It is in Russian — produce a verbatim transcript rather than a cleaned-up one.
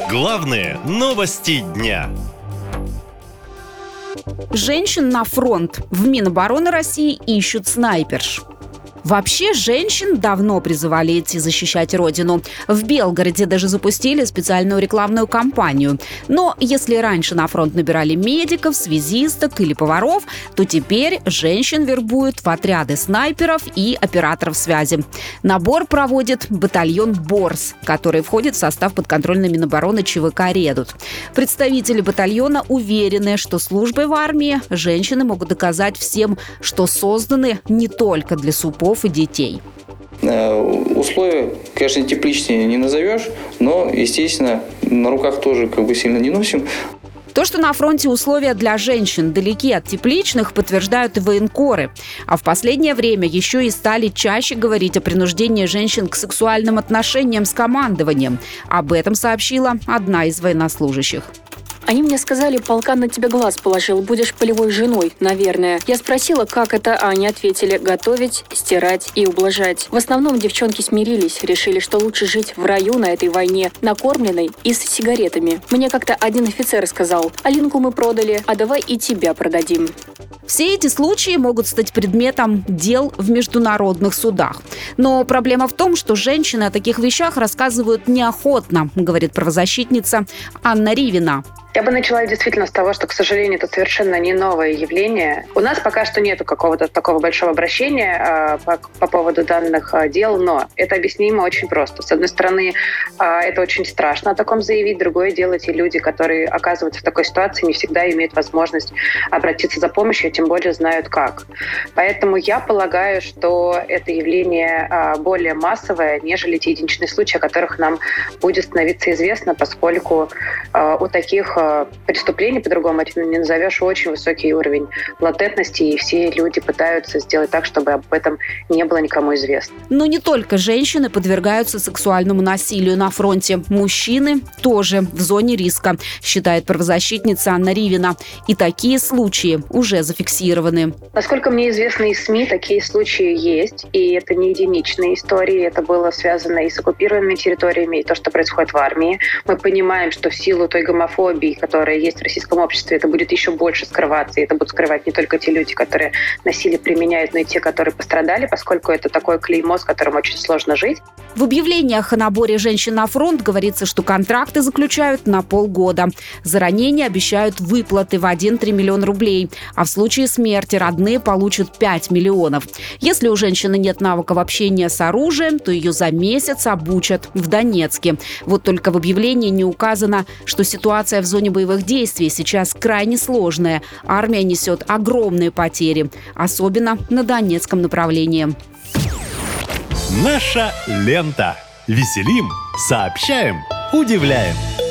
Главные новости дня. Женщин на фронт. В Минобороны России ищут снайперш. Вообще, женщин давно призывали идти защищать родину. В Белгороде даже запустили специальную рекламную кампанию. Но если раньше на фронт набирали медиков, связисток или поваров, то теперь женщин вербуют в отряды снайперов и операторов связи. Набор проводит батальон «Борс», который входит в состав подконтрольной Минобороны ЧВК «Редут». Представители батальона уверены, что службой в армии женщины могут доказать всем, что созданы не только для супов и детей. Условия, конечно, тепличные не назовешь, но, естественно, на руках тоже как бы сильно не носим. То, что на фронте условия для женщин далеки от тепличных, подтверждают и военкоры. А в последнее время еще и стали чаще говорить о принуждении женщин к сексуальным отношениям с командованием. Об этом сообщила одна из военнослужащих. Они мне сказали, полкан на тебя глаз положил, будешь полевой женой, наверное. Я спросила, как это, а они ответили: готовить, стирать и ублажать. В основном девчонки смирились, решили, что лучше жить в раю на этой войне, накормленной и с сигаретами. Мне как-то один офицер сказал: Алинку мы продали, а давай и тебя продадим. Все эти случаи могут стать предметом дел в международных судах. Но проблема в том, что женщины о таких вещах рассказывают неохотно, говорит правозащитница Анна Ривина. Я бы начала действительно с того, что, к сожалению, это совершенно не новое явление. У нас пока что нету какого-то такого большого обращения э, по, по поводу данных э, дел, но это объяснимо очень просто. С одной стороны, э, это очень страшно о таком заявить. Другое дело, те люди, которые оказываются в такой ситуации, не всегда имеют возможность обратиться за помощью, тем более знают как. Поэтому я полагаю, что это явление э, более массовое, нежели те единичные случаи, о которых нам будет становиться известно, поскольку э, у таких э, преступлений, по-другому это не назовешь, очень высокий уровень латентности, и все люди пытаются сделать так, чтобы об этом не было никому известно. Но не только женщины подвергаются сексуальному насилию на фронте. Мужчины тоже в зоне риска, считает правозащитница Анна Ривина. И такие случаи уже зафиксированы. Насколько мне известно, из СМИ такие случаи есть, и это не единичные истории. Это было связано и с оккупированными территориями, и то, что происходит в армии. Мы понимаем, что в силу той гомофобии, которая есть в российском обществе, это будет еще больше скрываться. И это будут скрывать не только те люди, которые насилие применяют, но и те, которые пострадали, поскольку это такое клеймо, с которым очень сложно жить. В объявлениях о наборе женщин на фронт говорится, что контракты заключают на полгода. За ранение обещают выплаты в один-три миллиона рублей. А в случае смерти родные получат пять миллионов. Если у женщины нет навыков общения с оружием, то ее за месяц обучат в Донецке. Вот только в объявлении не указано, что ситуация в зоне боевых действий сейчас крайне сложная. Армия несет огромные потери, особенно на Донецком направлении. Наша лента. Веселим, сообщаем, удивляем.